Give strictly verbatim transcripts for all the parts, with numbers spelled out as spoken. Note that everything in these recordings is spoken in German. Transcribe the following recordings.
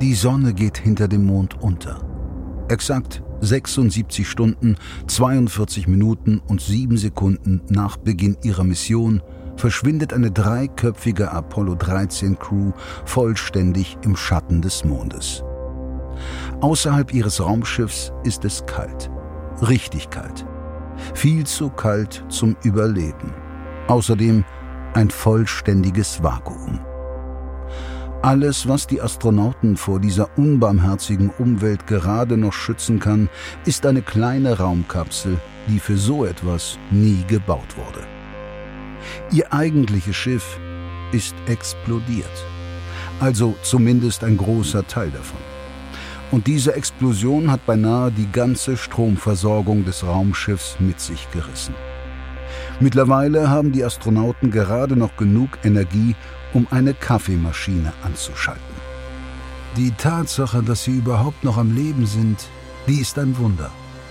Die Sonne geht hinter dem Mond unter. Exakt sechsundsiebzig Stunden, zweiundvierzig Minuten und sieben Sekunden nach Beginn ihrer Mission verschwindet eine dreiköpfige Apollo dreizehn Crew vollständig im Schatten des Mondes. Außerhalb ihres Raumschiffs ist es kalt. Richtig kalt. Viel zu kalt zum Überleben. Außerdem ein vollständiges Vakuum. Alles, was die Astronauten vor dieser unbarmherzigen Umwelt gerade noch schützen kann, ist eine kleine Raumkapsel, die für so etwas nie gebaut wurde. Ihr eigentliches Schiff ist explodiert. Also zumindest ein großer Teil davon. Und diese Explosion hat beinahe die ganze Stromversorgung des Raumschiffs mit sich gerissen. Mittlerweile haben die Astronauten gerade noch genug Energie, um eine Kaffeemaschine anzuschalten. Die Tatsache, dass sie überhaupt noch am Leben sind, die ist ein Wunder.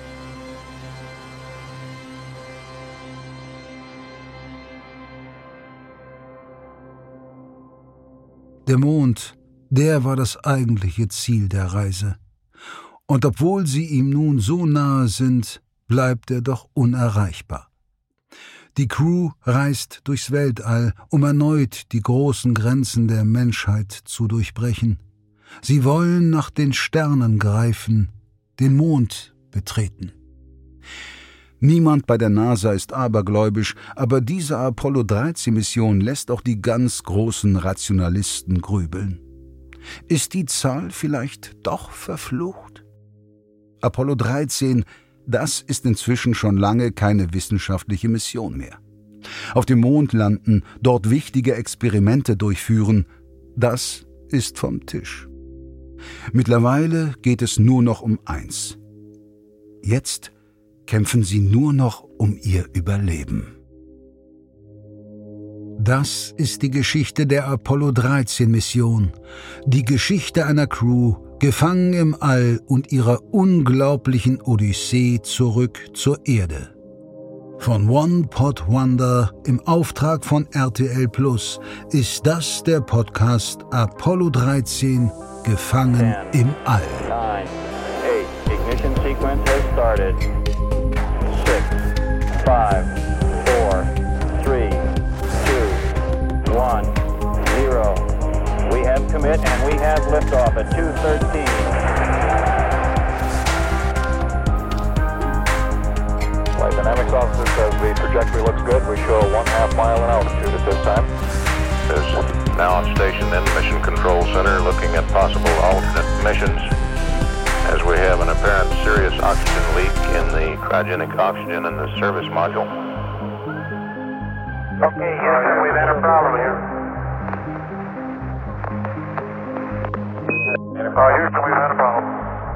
Der Mond, der war das eigentliche Ziel der Reise. Und obwohl sie ihm nun so nahe sind, bleibt er doch unerreichbar. Die Crew reist durchs Weltall, um erneut die großen Grenzen der Menschheit zu durchbrechen. Sie wollen nach den Sternen greifen, den Mond betreten. Niemand bei der NASA ist abergläubisch, aber diese Apollo dreizehn Mission lässt auch die ganz großen Rationalisten grübeln. Ist die Zahl vielleicht doch verflucht? Apollo dreizehn, das ist inzwischen schon lange keine wissenschaftliche Mission mehr. Auf dem Mond landen, dort wichtige Experimente durchführen, das ist vom Tisch. Mittlerweile geht es nur noch um eins. Jetzt kämpfen sie nur noch um ihr Überleben. Das ist die Geschichte der Apollo dreizehn Mission, die Geschichte einer Crew, gefangen im All und ihrer unglaublichen Odyssee zurück zur Erde. Von One Pot Wonder im Auftrag von R T L Plus ist das der Podcast Apollo dreizehn, gefangen im All. nine, eight, ignition sequence has started. six, five, four, three, two, one, zero. We have commit and we have liftoff at two thirteen. Flight dynamics officer says the trajectory looks good. We show one half mile in altitude at this time. Is now on station in Mission Control Center looking at possible alternate missions as we have an apparent serious oxygen leak in the cryogenic oxygen in the service module. Okay, Houston, we've had a problem here. Uh, Houston, we've had a problem.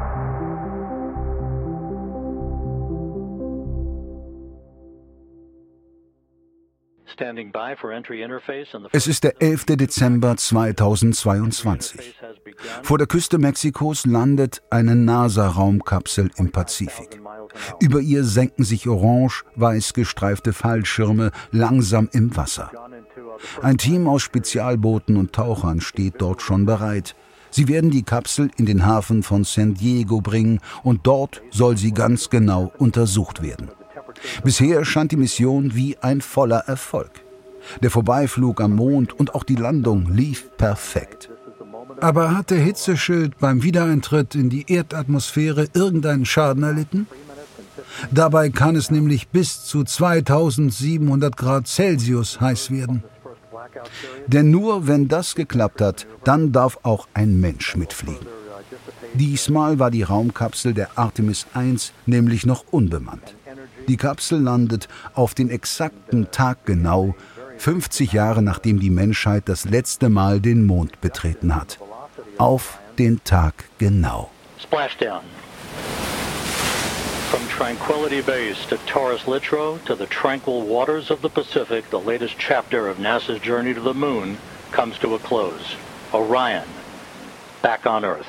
Es ist der elfte Dezember zweitausendzweiundzwanzig. Vor der Küste Mexikos landet eine NASA-Raumkapsel im Pazifik. Über ihr senken sich orange-weiß gestreifte Fallschirme langsam im Wasser. Ein Team aus Spezialbooten und Tauchern steht dort schon bereit. Sie werden die Kapsel in den Hafen von San Diego bringen und dort soll sie ganz genau untersucht werden. Bisher scheint die Mission wie ein voller Erfolg. Der Vorbeiflug am Mond und auch die Landung lief perfekt. Aber hat der Hitzeschild beim Wiedereintritt in die Erdatmosphäre irgendeinen Schaden erlitten? Dabei kann es nämlich bis zu zweitausendsiebenhundert Grad Celsius heiß werden. Denn nur wenn das geklappt hat, dann darf auch ein Mensch mitfliegen. Diesmal war die Raumkapsel der Artemis eins nämlich noch unbemannt. Die Kapsel landet auf den exakten Tag genau, fünfzig Jahre nachdem die Menschheit das letzte Mal den Mond betreten hat. Auf den Tag genau. Splashdown. From Tranquility Base to Taurus Littrow to the tranquil waters of the Pacific, the latest chapter of NASA's journey to the moon comes to a close. Orion, back on Earth.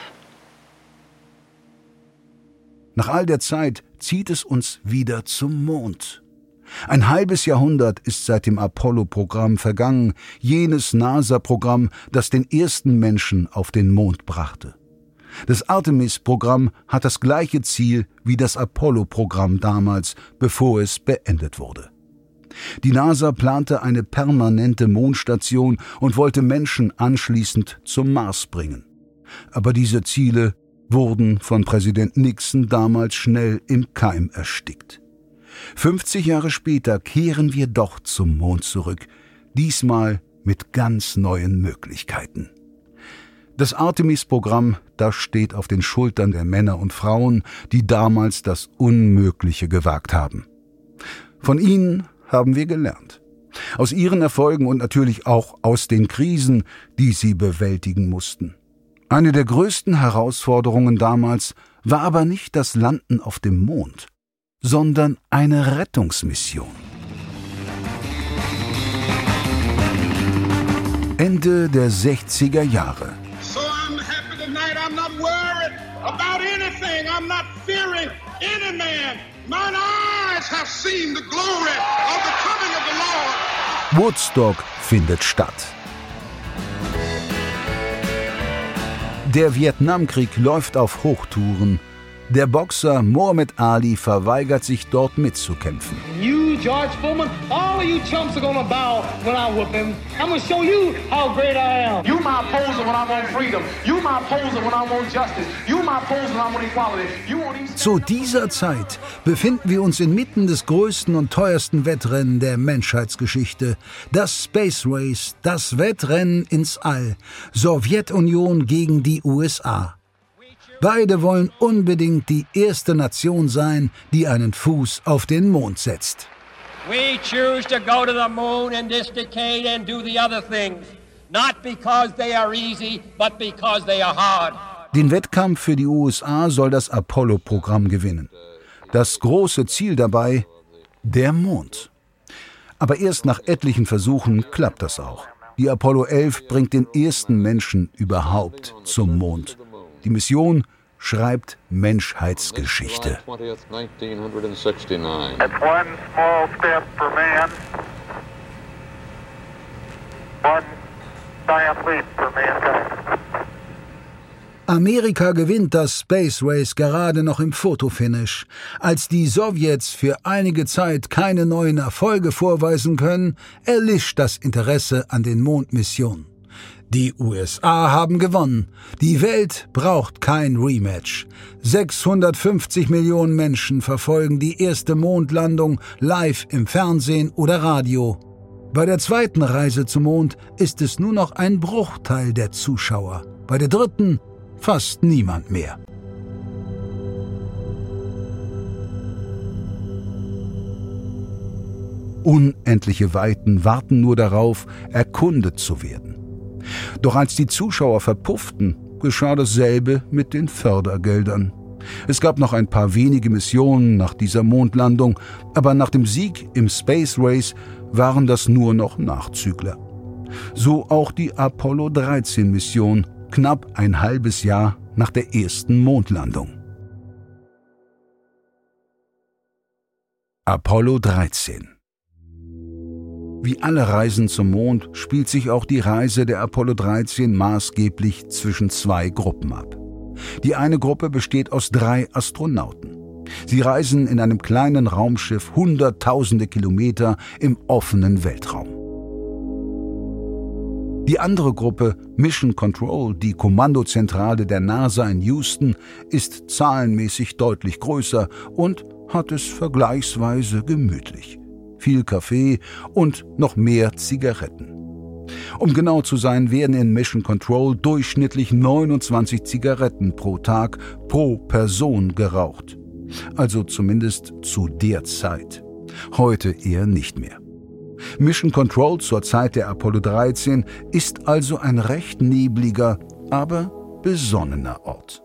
Nach all der Zeit zieht es uns wieder zum Mond. Ein halbes Jahrhundert ist seit dem Apollo-Programm vergangen, jenes NASA-Programm, das den ersten Menschen auf den Mond brachte. Das Artemis-Programm hat das gleiche Ziel wie das Apollo-Programm damals, bevor es beendet wurde. Die NASA plante eine permanente Mondstation und wollte Menschen anschließend zum Mars bringen. Aber diese Ziele wurden von Präsident Nixon damals schnell im Keim erstickt. fünfzig Jahre später kehren wir doch zum Mond zurück, diesmal mit ganz neuen Möglichkeiten. Das Artemis-Programm, das steht auf den Schultern der Männer und Frauen, die damals das Unmögliche gewagt haben. Von ihnen haben wir gelernt. Aus ihren Erfolgen und natürlich auch aus den Krisen, die sie bewältigen mussten. Eine der größten Herausforderungen damals war aber nicht das Landen auf dem Mond, sondern eine Rettungsmission. Ende der sechziger Jahre. So I'm happy tonight. I'm not worried about anything. I'm not fearing any man. Mine eyes have seen the glory of the coming of the Lord. Woodstock findet statt. Der Vietnamkrieg läuft auf Hochtouren. Der Boxer Muhammad Ali verweigert sich dort mitzukämpfen. You, George Foreman, all of you chumps are gonna bow when I whoop him. I'm gonna show you how great I am. You my opposer when I want freedom. You my opposer when I want justice. You my opposer when I want equality. You want these... Zu dieser Zeit befinden wir uns inmitten des größten und teuersten Wettrennen der Menschheitsgeschichte. Das Space Race, das Wettrennen ins All. Sowjetunion gegen die U S A. Beide wollen unbedingt die erste Nation sein, die einen Fuß auf den Mond setzt. We choose to go to the moon in this decade and do the other things, not because they are easy, but because they are hard. Den Wettkampf für die U S A soll das Apollo-Programm gewinnen. Das große Ziel dabei: der Mond. Aber erst nach etlichen Versuchen klappt das auch. Die Apollo elf bringt den ersten Menschen überhaupt zum Mond. Die Mission schreibt Menschheitsgeschichte. It's one small step for man, one giant leap for mankind. Amerika gewinnt das Space Race gerade noch im Fotofinish. Als die Sowjets für einige Zeit keine neuen Erfolge vorweisen können, erlischt das Interesse an den Mondmissionen. Die U S A haben gewonnen. Die Welt braucht kein Rematch. sechshundertfünfzig Millionen Menschen verfolgen die erste Mondlandung live im Fernsehen oder Radio. Bei der zweiten Reise zum Mond ist es nur noch ein Bruchteil der Zuschauer. Bei der dritten fast niemand mehr. Unendliche Weiten warten nur darauf, erkundet zu werden. Doch als die Zuschauer verpufften, geschah dasselbe mit den Fördergeldern. Es gab noch ein paar wenige Missionen nach dieser Mondlandung, aber nach dem Sieg im Space Race waren das nur noch Nachzügler. So auch die Apollo dreizehn Mission, knapp ein halbes Jahr nach der ersten Mondlandung. Apollo dreizehn. Wie alle Reisen zum Mond spielt sich auch die Reise der Apollo dreizehn maßgeblich zwischen zwei Gruppen ab. Die eine Gruppe besteht aus drei Astronauten. Sie reisen in einem kleinen Raumschiff hunderttausende Kilometer im offenen Weltraum. Die andere Gruppe, Mission Control, die Kommandozentrale der NASA in Houston, ist zahlenmäßig deutlich größer und hat es vergleichsweise gemütlich. Viel Kaffee und noch mehr Zigaretten. Um genau zu sein, werden in Mission Control durchschnittlich neunundzwanzig Zigaretten pro Tag pro Person geraucht. Also zumindest zu der Zeit. Heute eher nicht mehr. Mission Control zur Zeit der Apollo dreizehn ist also ein recht nebliger, aber besonnener Ort.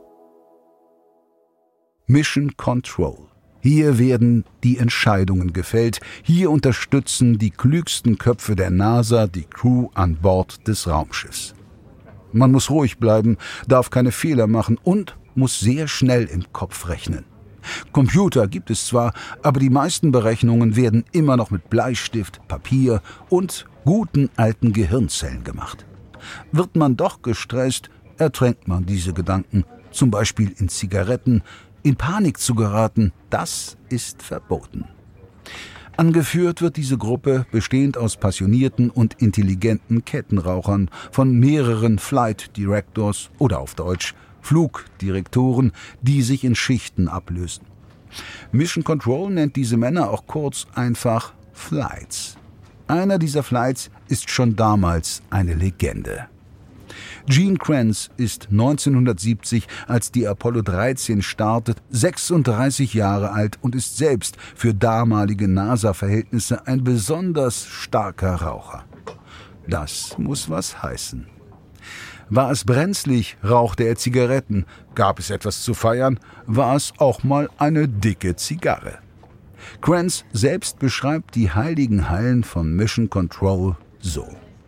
Mission Control. Hier werden die Entscheidungen gefällt. Hier unterstützen die klügsten Köpfe der NASA die Crew an Bord des Raumschiffs. Man muss ruhig bleiben, darf keine Fehler machen und muss sehr schnell im Kopf rechnen. Computer gibt es zwar, aber die meisten Berechnungen werden immer noch mit Bleistift, Papier und guten alten Gehirnzellen gemacht. Wird man doch gestresst, ertränkt man diese Gedanken zum Beispiel in Zigaretten, in Panik zu geraten, das ist verboten. Angeführt wird diese Gruppe, bestehend aus passionierten und intelligenten Kettenrauchern, von mehreren Flight Directors oder auf Deutsch Flugdirektoren, die sich in Schichten ablösen. Mission Control nennt diese Männer auch kurz einfach Flights. Einer dieser Flights ist schon damals eine Legende. Gene Kranz ist neunzehnhundertsiebzig, als die Apollo dreizehn startet, sechsunddreißig Jahre alt und ist selbst für damalige NASA-Verhältnisse ein besonders starker Raucher. Das muss was heißen. War es brenzlig, rauchte er Zigaretten. Gab es etwas zu feiern, war es auch mal eine dicke Zigarre. Kranz selbst beschreibt die heiligen Hallen von Mission Control so.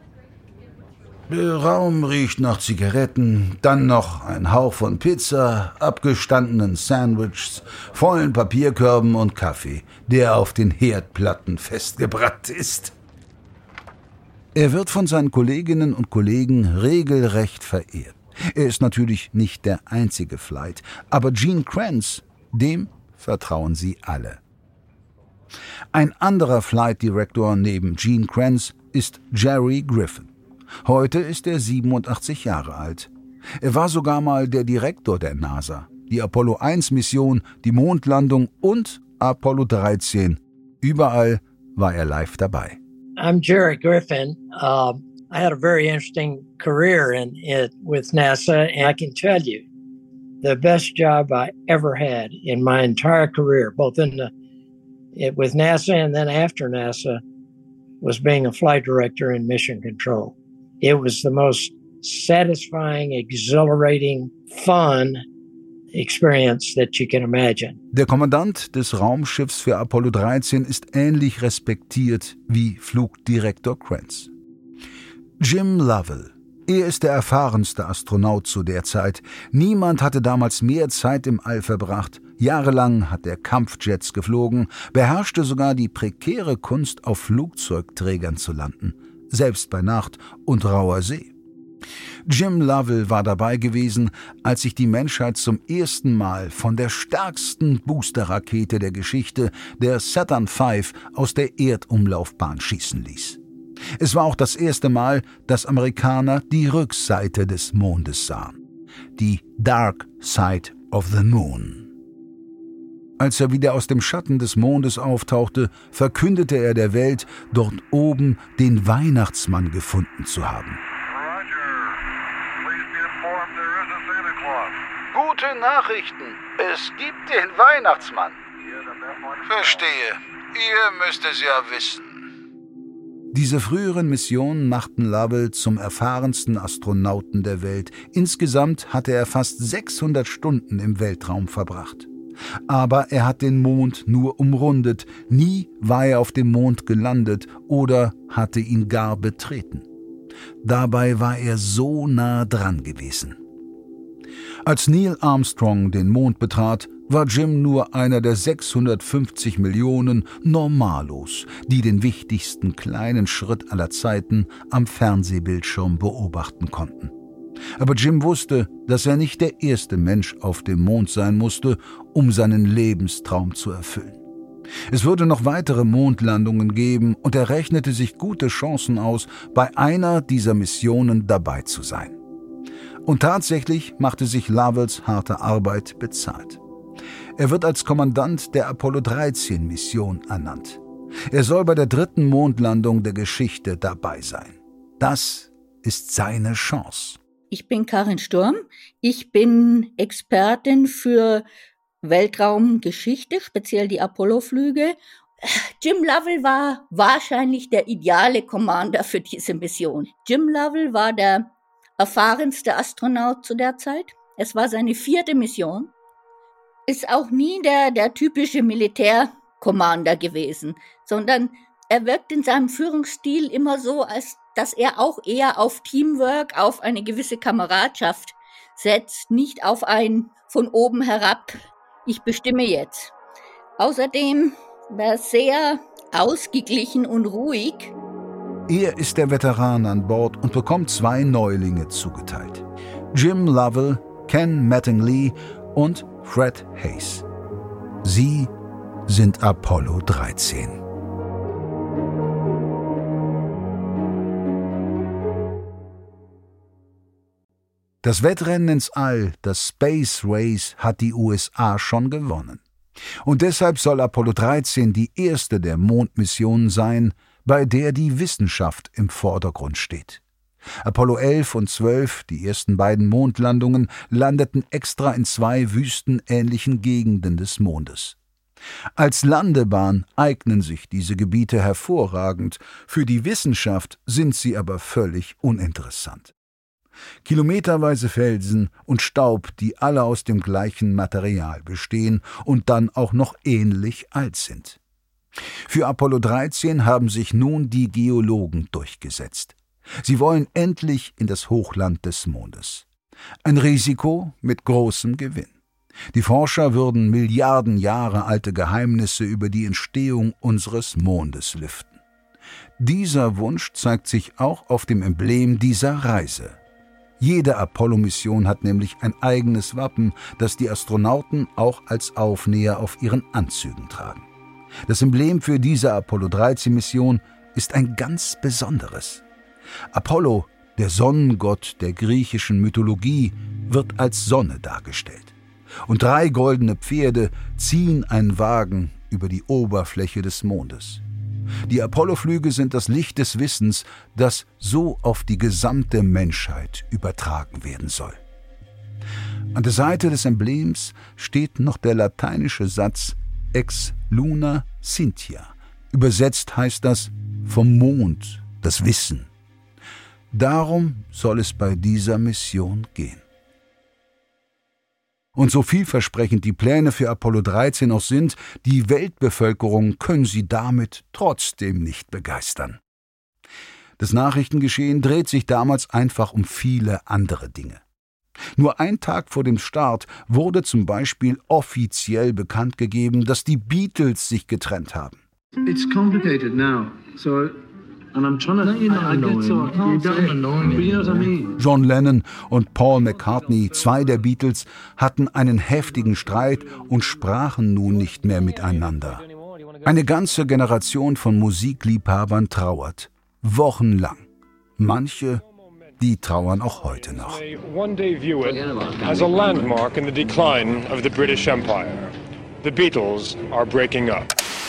Der Raum riecht nach Zigaretten, dann noch ein Hauch von Pizza, abgestandenen Sandwiches, vollen Papierkörben und Kaffee, der auf den Herdplatten festgebrannt ist. Er wird von seinen Kolleginnen und Kollegen regelrecht verehrt. Er ist natürlich nicht der einzige Flight, aber Gene Kranz, dem vertrauen sie alle. Ein anderer Flight Director neben Gene Kranz ist Jerry Griffin. Heute ist er siebenundachtzig Jahre alt. Er war sogar mal der Direktor der NASA. Die Apollo eins Mission, die Mondlandung und Apollo dreizehn. Überall war er live dabei. I'm Jerry Griffin. Uh, I had a very interesting career in it with NASA, and I can tell you, the best job I ever had in my entire career, both in the it, with NASA and then after NASA, was being a flight director in Mission Control. It was the most satisfying, exhilarating, fun experience that you can imagine. Der Kommandant des Raumschiffs für Apollo dreizehn ist ähnlich respektiert wie Flugdirektor Kranz. Jim Lovell. Er ist der erfahrenste Astronaut zu der Zeit. Niemand hatte damals mehr Zeit im All verbracht. Jahrelang hat er Kampfjets geflogen, beherrschte sogar die prekäre Kunst, auf Flugzeugträgern zu landen, selbst bei Nacht und rauer See. Jim Lovell war dabei gewesen, als sich die Menschheit zum ersten Mal von der stärksten Boosterrakete der Geschichte, der Saturn fünf, aus der Erdumlaufbahn schießen ließ. Es war auch das erste Mal, dass Amerikaner die Rückseite des Mondes sahen. Die Dark Side of the Moon. Als er wieder aus dem Schatten des Mondes auftauchte, verkündete er der Welt, dort oben den Weihnachtsmann gefunden zu haben. Gute Nachrichten. Es gibt den Weihnachtsmann. Verstehe. Ihr müsst es ja wissen. Diese früheren Missionen machten Lovell zum erfahrensten Astronauten der Welt. Insgesamt hatte er fast sechshundert Stunden im Weltraum verbracht. Aber er hat den Mond nur umrundet. Nie war er auf dem Mond gelandet oder hatte ihn gar betreten. Dabei war er so nah dran gewesen. Als Neil Armstrong den Mond betrat, war Jim nur einer der sechshundertfünfzig Millionen Normalos, die den wichtigsten kleinen Schritt aller Zeiten am Fernsehbildschirm beobachten konnten. Aber Jim wusste, dass er nicht der erste Mensch auf dem Mond sein musste, um seinen Lebenstraum zu erfüllen. Es würde noch weitere Mondlandungen geben und er rechnete sich gute Chancen aus, bei einer dieser Missionen dabei zu sein. Und tatsächlich machte sich Lovells harte Arbeit bezahlt. Er wird als Kommandant der Apollo dreizehn Mission ernannt. Er soll bei der dritten Mondlandung der Geschichte dabei sein. Das ist seine Chance. Ich bin Karin Sturm. Ich bin Expertin für Weltraumgeschichte, speziell die Apollo-Flüge. Jim Lovell war wahrscheinlich der ideale Commander für diese Mission. Jim Lovell war der erfahrenste Astronaut zu der Zeit. Es war seine vierte Mission. Ist auch nie der, der typische Militärcommander gewesen, sondern er wirkt in seinem Führungsstil immer so, als dass er auch eher auf Teamwork, auf eine gewisse Kameradschaft setzt, nicht auf ein von oben herab, ich bestimme jetzt. Außerdem war er sehr ausgeglichen und ruhig. Er ist der Veteran an Bord und bekommt zwei Neulinge zugeteilt. Jim Lovell Ken Mattingly und Fred Haise. Sie sind Apollo dreizehn. Das Wettrennen ins All, das Space Race, hat die U S A schon gewonnen. Und deshalb soll Apollo dreizehn die erste der Mondmissionen sein, bei der die Wissenschaft im Vordergrund steht. Apollo elf und zwölf, die ersten beiden Mondlandungen, landeten extra in zwei wüstenähnlichen Gegenden des Mondes. Als Landebahn eignen sich diese Gebiete hervorragend, für die Wissenschaft sind sie aber völlig uninteressant. Kilometerweise Felsen und Staub, die alle aus dem gleichen Material bestehen und dann auch noch ähnlich alt sind. Für Apollo dreizehn haben sich nun die Geologen durchgesetzt. Sie wollen endlich in das Hochland des Mondes. Ein Risiko mit großem Gewinn. Die Forscher würden Milliarden Jahre alte Geheimnisse über die Entstehung unseres Mondes lüften. Dieser Wunsch zeigt sich auch auf dem Emblem dieser Reise. Jede Apollo-Mission hat nämlich ein eigenes Wappen, das die Astronauten auch als Aufnäher auf ihren Anzügen tragen. Das Emblem für diese Apollo dreizehn Mission ist ein ganz besonderes. Apollo, der Sonnengott der griechischen Mythologie, wird als Sonne dargestellt. Und drei goldene Pferde ziehen einen Wagen über die Oberfläche des Mondes. Die Apollo-Flüge sind das Licht des Wissens, das so auf die gesamte Menschheit übertragen werden soll. An der Seite des Emblems steht noch der lateinische Satz Ex Luna Scientia. Übersetzt heißt das vom Mond, das Wissen. Darum soll es bei dieser Mission gehen. Und so vielversprechend die Pläne für Apollo dreizehn auch sind, die Weltbevölkerung können sie damit trotzdem nicht begeistern. Das Nachrichtengeschehen dreht sich damals einfach um viele andere Dinge. Nur ein Tag vor dem Start wurde zum Beispiel offiziell bekannt gegeben, dass die Beatles sich getrennt haben. It's complicated now, so... And I'm trying to, no, you're not I, I get so I can't say it, but you know what I mean. John Lennon und Paul McCartney, zwei der Beatles, hatten einen heftigen Streit und sprachen nun nicht mehr miteinander. Eine ganze Generation von Musikliebhabern trauert, wochenlang. Manche, die trauern auch heute noch. One day view it as a landmark in the decline of the British Empire. The Beatles are breaking up.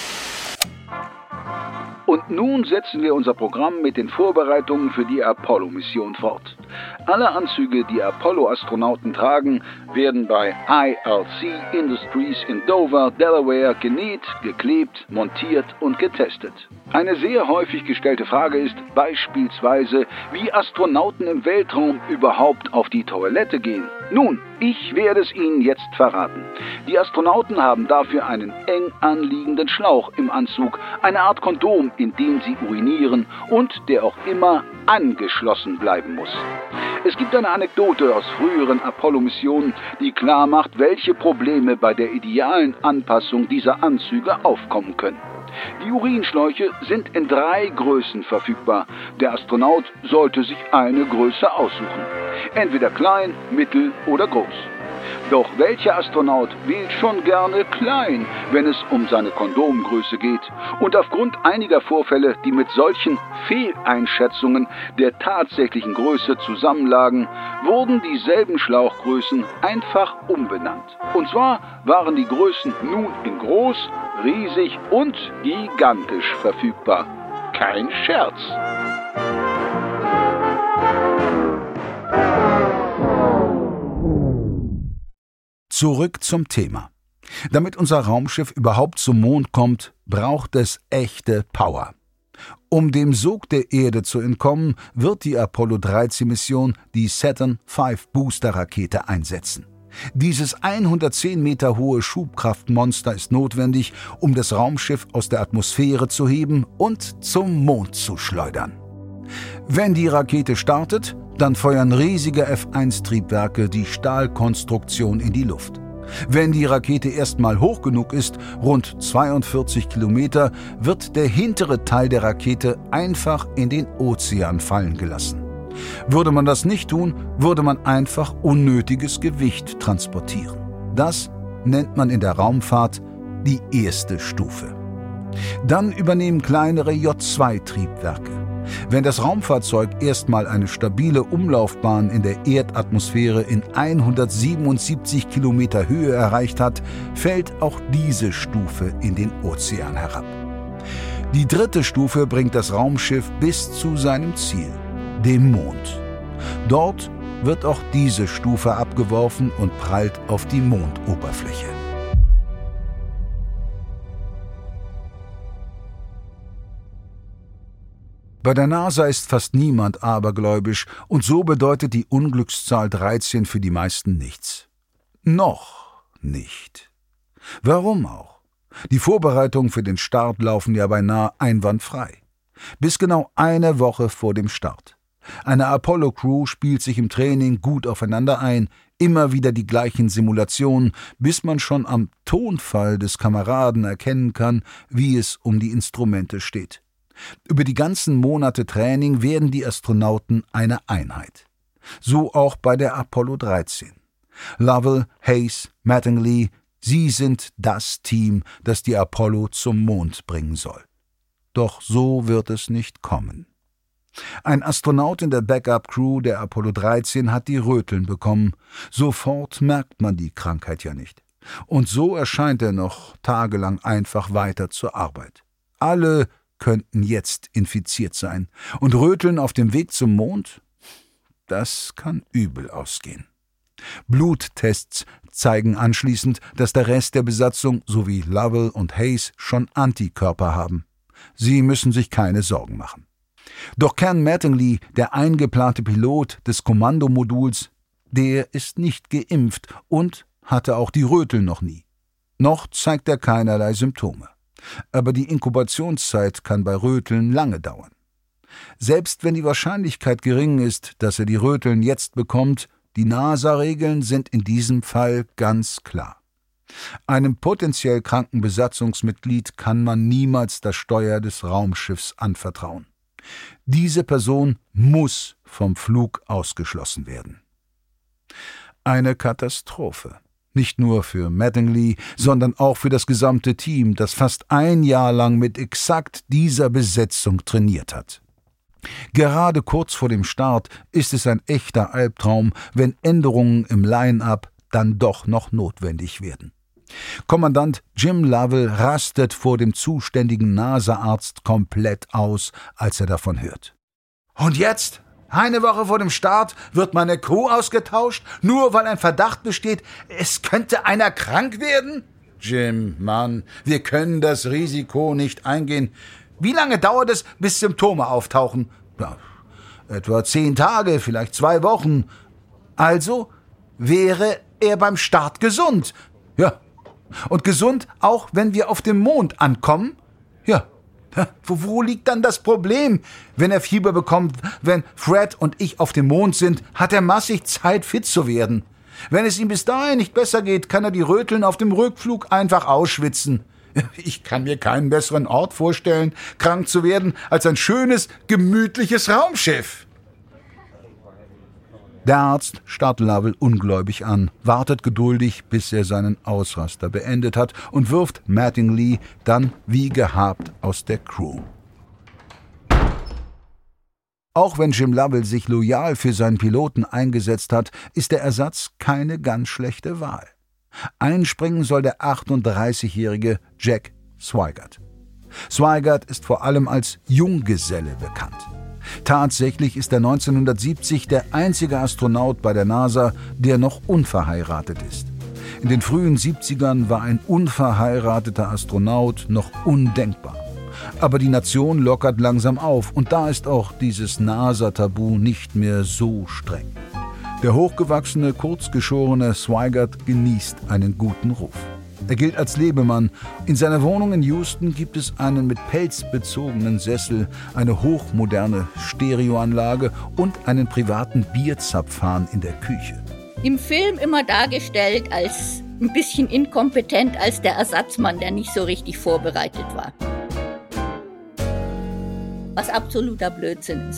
Und nun setzen wir unser Programm mit den Vorbereitungen für die Apollo-Mission fort. Alle Anzüge, die Apollo-Astronauten tragen, werden bei I L C Industries in Dover, Delaware genäht, geklebt, montiert und getestet. Eine sehr häufig gestellte Frage ist beispielsweise, wie Astronauten im Weltraum überhaupt auf die Toilette gehen. Nun, ich werde es Ihnen jetzt verraten. Die Astronauten haben dafür einen eng anliegenden Schlauch im Anzug, eine Art Kondom, in dem sie urinieren und der auch immer angeschlossen bleiben muss. Es gibt eine Anekdote aus früheren Apollo-Missionen, die klar macht, welche Probleme bei der idealen Anpassung dieser Anzüge aufkommen können. Die Urinschläuche sind in drei Größen verfügbar. Der Astronaut sollte sich eine Größe aussuchen. Entweder klein, mittel oder groß. Doch welcher Astronaut wählt schon gerne klein, wenn es um seine Kondomgröße geht? Und aufgrund einiger Vorfälle, die mit solchen Fehleinschätzungen der tatsächlichen Größe zusammenlagen, wurden dieselben Schlauchgrößen einfach umbenannt. Und zwar waren die Größen nun in groß, riesig und gigantisch verfügbar. Kein Scherz. Zurück zum Thema. Damit unser Raumschiff überhaupt zum Mond kommt, braucht es echte Power. Um dem Sog der Erde zu entkommen, wird die Apollo dreizehn Mission die Saturn fünf Booster-Rakete einsetzen. Dieses hundertzehn Meter hohe Schubkraftmonster ist notwendig, um das Raumschiff aus der Atmosphäre zu heben und zum Mond zu schleudern. Wenn die Rakete startet, dann feuern riesige F eins Triebwerke die Stahlkonstruktion in die Luft. Wenn die Rakete erstmal hoch genug ist, rund zweiundvierzig Kilometer, wird der hintere Teil der Rakete einfach in den Ozean fallen gelassen. Würde man das nicht tun, würde man einfach unnötiges Gewicht transportieren. Das nennt man in der Raumfahrt die erste Stufe. Dann übernehmen kleinere J zwei Triebwerke. Wenn das Raumfahrzeug erstmal eine stabile Umlaufbahn in der Erdatmosphäre in hundertsiebenundsiebzig Kilometer Höhe erreicht hat, fällt auch diese Stufe in den Ozean herab. Die dritte Stufe bringt das Raumschiff bis zu seinem Ziel, dem Mond. Dort wird auch diese Stufe abgeworfen und prallt auf die Mondoberfläche. Bei der NASA ist fast niemand abergläubisch und so bedeutet die Unglückszahl dreizehn für die meisten nichts. Noch nicht. Warum auch? Die Vorbereitungen für den Start laufen ja beinahe einwandfrei. Bis genau eine Woche vor dem Start. Eine Apollo-Crew spielt sich im Training gut aufeinander ein, immer wieder die gleichen Simulationen, bis man schon am Tonfall des Kameraden erkennen kann, wie es um die Instrumente steht. Über die ganzen Monate Training werden die Astronauten eine Einheit. So auch bei der Apollo dreizehn. Lovell, Hayes, Mattingly, sie sind das Team, das die Apollo zum Mond bringen soll. Doch so wird es nicht kommen. Ein Astronaut in der Backup-Crew der Apollo dreizehn hat die Röteln bekommen. Sofort merkt man die Krankheit ja nicht. Und so erscheint er noch tagelang einfach weiter zur Arbeit. Alle könnten jetzt infiziert sein. Und Röteln auf dem Weg zum Mond? Das kann übel ausgehen. Bluttests zeigen anschließend, dass der Rest der Besatzung sowie Lovell und Hayes schon Antikörper haben. Sie müssen sich keine Sorgen machen. Doch Ken Mattingly, der eingeplante Pilot des Kommandomoduls, der ist nicht geimpft und hatte auch die Röteln noch nie. Noch zeigt er keinerlei Symptome. Aber die Inkubationszeit kann bei Röteln lange dauern. Selbst wenn die Wahrscheinlichkeit gering ist, dass er die Röteln jetzt bekommt, die NASA-Regeln sind in diesem Fall ganz klar. Einem potenziell kranken Besatzungsmitglied kann man niemals das Steuer des Raumschiffs anvertrauen. Diese Person muss vom Flug ausgeschlossen werden. Eine Katastrophe. Nicht nur für Mattingly, sondern auch für das gesamte Team, das fast ein Jahr lang mit exakt dieser Besetzung trainiert hat. Gerade kurz vor dem Start ist es ein echter Albtraum, wenn Änderungen im Line-up dann doch noch notwendig werden. Kommandant Jim Lovell rastet vor dem zuständigen NASA-Arzt komplett aus, als er davon hört. Und jetzt? Eine Woche vor dem Start wird meine Crew ausgetauscht, nur weil ein Verdacht besteht, es könnte einer krank werden? Jim, Mann, wir können das Risiko nicht eingehen. Wie lange dauert es, bis Symptome auftauchen? Ja, etwa zehn Tage, vielleicht zwei Wochen. Also wäre er beim Start gesund. Ja, und gesund auch, wenn wir auf dem Mond ankommen? Ja. Wo, wo liegt dann das Problem? Wenn er Fieber bekommt, wenn Fred und ich auf dem Mond sind, hat er massig Zeit, fit zu werden. Wenn es ihm bis dahin nicht besser geht, kann er die Röteln auf dem Rückflug einfach ausschwitzen. Ich kann mir keinen besseren Ort vorstellen, krank zu werden, als ein schönes, gemütliches Raumschiff. Der Arzt starrt Lovell ungläubig an, wartet geduldig, bis er seinen Ausraster beendet hat und wirft Mattingly dann wie gehabt aus der Crew. Auch wenn Jim Lovell sich loyal für seinen Piloten eingesetzt hat, ist der Ersatz keine ganz schlechte Wahl. Einspringen soll der achtunddreißigjährige Jack Swigert. Swigert ist vor allem als Junggeselle bekannt. Tatsächlich ist er neunzehnhundertsiebzig der einzige Astronaut bei der NASA, der noch unverheiratet ist. In den frühen siebzigern war ein unverheirateter Astronaut noch undenkbar. Aber die Nation lockert langsam auf und da ist auch dieses NASA-Tabu nicht mehr so streng. Der hochgewachsene, kurzgeschorene Swigert genießt einen guten Ruf. Er gilt als Lebemann. In seiner Wohnung in Houston gibt es einen mit Pelz bezogenen Sessel, eine hochmoderne Stereoanlage und einen privaten Bierzapfhahn in der Küche. Im Film immer dargestellt als ein bisschen inkompetent, als der Ersatzmann, der nicht so richtig vorbereitet war. Was absoluter Blödsinn ist.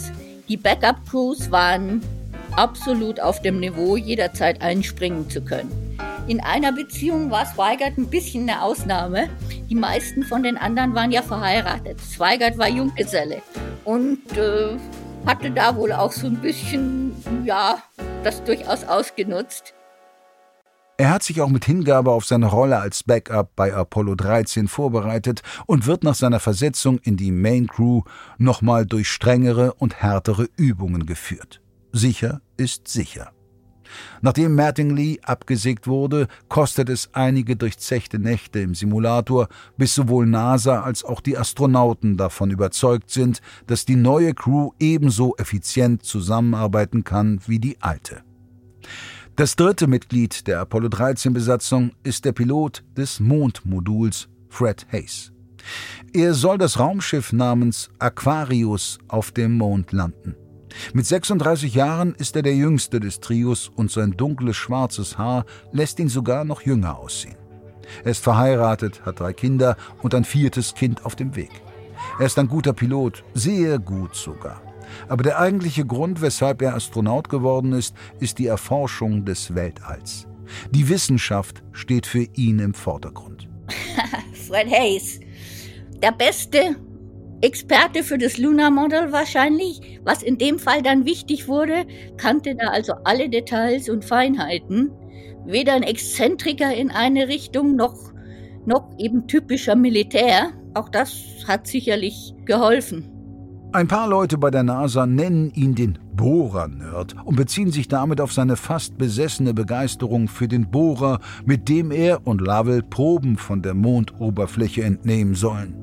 Die Backup-Crews waren absolut auf dem Niveau, jederzeit einspringen zu können. In einer Beziehung war Zweigert ein bisschen eine Ausnahme. Die meisten von den anderen waren ja verheiratet. Zweigert war Junggeselle und äh, hatte da wohl auch so ein bisschen, ja, das durchaus ausgenutzt. Er hat sich auch mit Hingabe auf seine Rolle als Backup bei Apollo dreizehn vorbereitet und wird nach seiner Versetzung in die Main Crew nochmal durch strengere und härtere Übungen geführt. Sicher ist sicher. Nachdem Mattingly abgesägt wurde, kostet es einige durchzechte Nächte im Simulator, bis sowohl NASA als auch die Astronauten davon überzeugt sind, dass die neue Crew ebenso effizient zusammenarbeiten kann wie die alte. Das dritte Mitglied der Apollo dreizehn Besatzung ist der Pilot des Mondmoduls, Fred Haise. Er soll das Raumschiff namens Aquarius auf dem Mond landen. Mit sechsunddreißig Jahren ist er der jüngste des Trios und sein dunkles schwarzes Haar lässt ihn sogar noch jünger aussehen. Er ist verheiratet, hat drei Kinder und ein viertes Kind auf dem Weg. Er ist ein guter Pilot, sehr gut sogar. Aber der eigentliche Grund, weshalb er Astronaut geworden ist, ist die Erforschung des Weltalls. Die Wissenschaft steht für ihn im Vordergrund. Fred Haise, der beste Experte für das Lunar Model wahrscheinlich, was in dem Fall dann wichtig wurde, kannte da also alle Details und Feinheiten. Weder ein Exzentriker in eine Richtung, noch, noch eben typischer Militär. Auch das hat sicherlich geholfen. Ein paar Leute bei der NASA nennen ihn den Bohrer-Nerd und beziehen sich damit auf seine fast besessene Begeisterung für den Bohrer, mit dem er und Lovell Proben von der Mondoberfläche entnehmen sollen.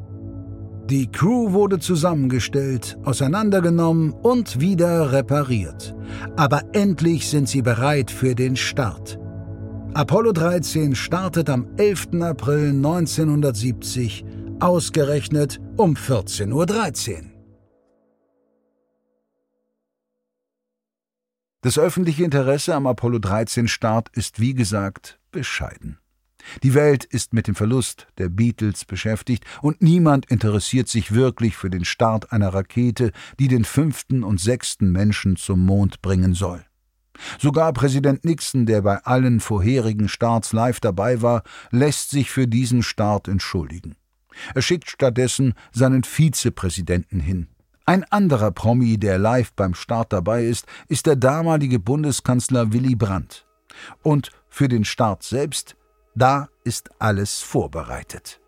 Die Crew wurde zusammengestellt, auseinandergenommen und wieder repariert. Aber endlich sind sie bereit für den Start. Apollo dreizehn startet am elften April neunzehnhundertsiebzig, ausgerechnet um vierzehn Uhr dreizehn. Das öffentliche Interesse am Apollo dreizehn Start ist wie gesagt bescheiden. Die Welt ist mit dem Verlust der Beatles beschäftigt und niemand interessiert sich wirklich für den Start einer Rakete, die den fünften und sechsten Menschen zum Mond bringen soll. Sogar Präsident Nixon, der bei allen vorherigen Starts live dabei war, lässt sich für diesen Start entschuldigen. Er schickt stattdessen seinen Vizepräsidenten hin. Ein anderer Promi, der live beim Start dabei ist, ist der damalige Bundeskanzler Willy Brandt. Und für den Start selbst, da ist alles vorbereitet.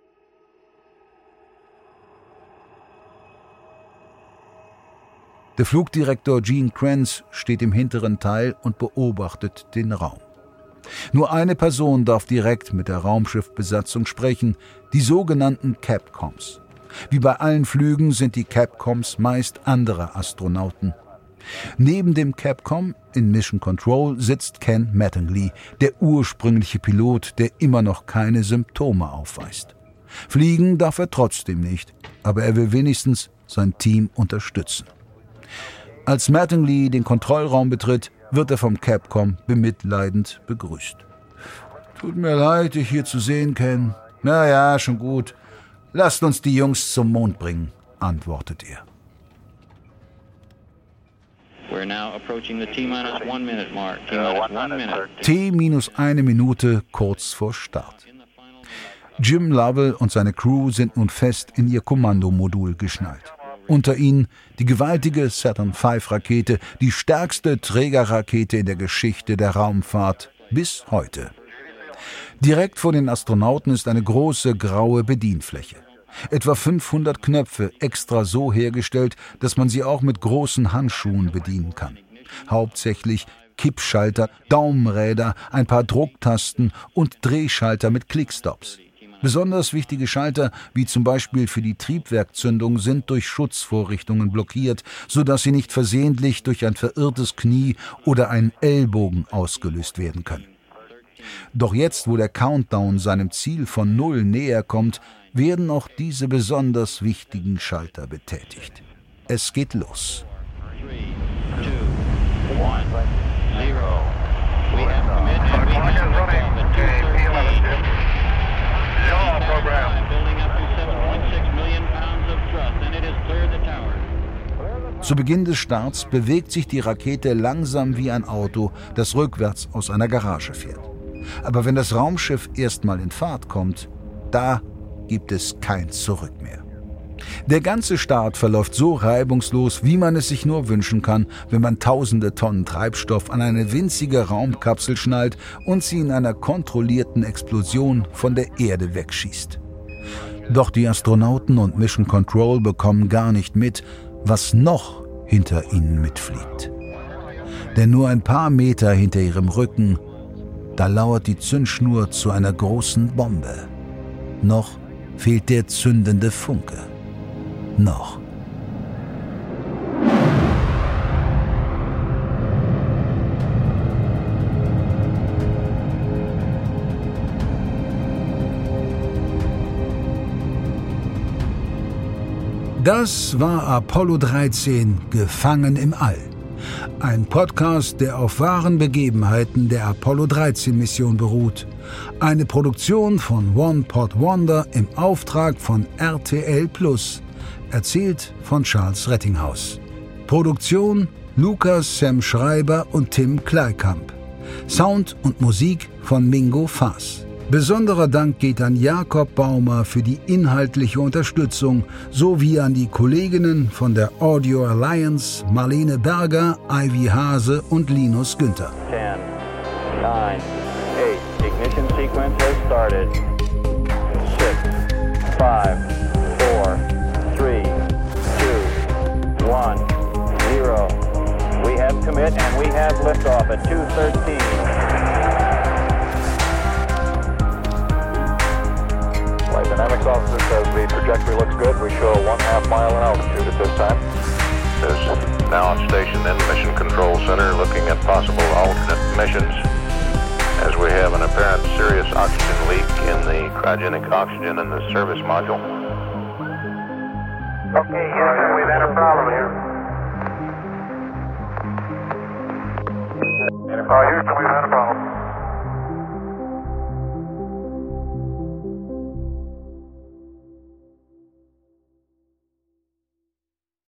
Der Flugdirektor Gene Kranz steht im hinteren Teil und beobachtet den Raum. Nur eine Person darf direkt mit der Raumschiffbesatzung sprechen, die sogenannten Capcoms. Wie bei allen Flügen sind die Capcoms meist andere Astronauten. Neben dem Capcom in Mission Control sitzt Ken Mattingly, der ursprüngliche Pilot, der immer noch keine Symptome aufweist. Fliegen darf er trotzdem nicht, aber er will wenigstens sein Team unterstützen. Als Mattingly den Kontrollraum betritt, wird er vom Capcom bemitleidend begrüßt. »Tut mir leid, dich hier zu sehen, Ken. Na ja, schon gut. Lasst uns die Jungs zum Mond bringen«, antwortet er. We're now approaching the T-minus one minute mark. T-minus one minute. T minus eine Minute kurz vor Start. Jim Lovell und seine Crew sind nun fest in ihr Kommandomodul geschnallt. Unter ihnen die gewaltige Saturn fünf Rakete, die stärkste Trägerrakete in der Geschichte der Raumfahrt bis heute. Direkt vor den Astronauten ist eine große graue Bedienfläche. Etwa fünfhundert Knöpfe, extra so hergestellt, dass man sie auch mit großen Handschuhen bedienen kann. Hauptsächlich Kippschalter, Daumenräder, ein paar Drucktasten und Drehschalter mit Clickstops. Besonders wichtige Schalter, wie zum Beispiel für die Triebwerkzündung, sind durch Schutzvorrichtungen blockiert, sodass sie nicht versehentlich durch ein verirrtes Knie oder einen Ellbogen ausgelöst werden können. Doch jetzt, wo der Countdown seinem Ziel von Null näher kommt, werden auch diese besonders wichtigen Schalter betätigt. Es geht los. Zu Beginn des Starts bewegt sich die Rakete langsam wie ein Auto, das rückwärts aus einer Garage fährt. Aber wenn das Raumschiff erstmal in Fahrt kommt, da gibt es kein Zurück mehr. Der ganze Start verläuft so reibungslos, wie man es sich nur wünschen kann, wenn man tausende Tonnen Treibstoff an eine winzige Raumkapsel schnallt und sie in einer kontrollierten Explosion von der Erde wegschießt. Doch die Astronauten und Mission Control bekommen gar nicht mit, was noch hinter ihnen mitfliegt. Denn nur ein paar Meter hinter ihrem Rücken, da lauert die Zündschnur zu einer großen Bombe. Noch fehlt der zündende Funke. Noch. Das war Apollo dreizehn, Gefangen im All. Ein Podcast, der auf wahren Begebenheiten der Apollo dreizehn Mission beruht. Eine Produktion von One Pot Wonder im Auftrag von R T L Plus. Erzählt von Charles Rettinghaus. Produktion Lukas Sam Schreiber und Tim Kleikamp. Sound und Musik von Mingo Faas. Besonderer Dank geht an Jakob Baumer für die inhaltliche Unterstützung sowie an die Kolleginnen von der Audio Alliance Marlene Berger, Ivy Hase und Linus Günther. ten, nine, eight, ignition sequence has started. six, five, four, three, two, one, zero. We have commit and we have liftoff at two thirteen. Flight dynamics officer says the trajectory looks good. We show one half mile in altitude at this time. Is now on station in the Mission Control Center looking at possible alternate missions as we have an apparent serious oxygen leak in the cryogenic oxygen in the service module. Okay, Houston, we've had a problem here. Uh, Houston, we've had a problem.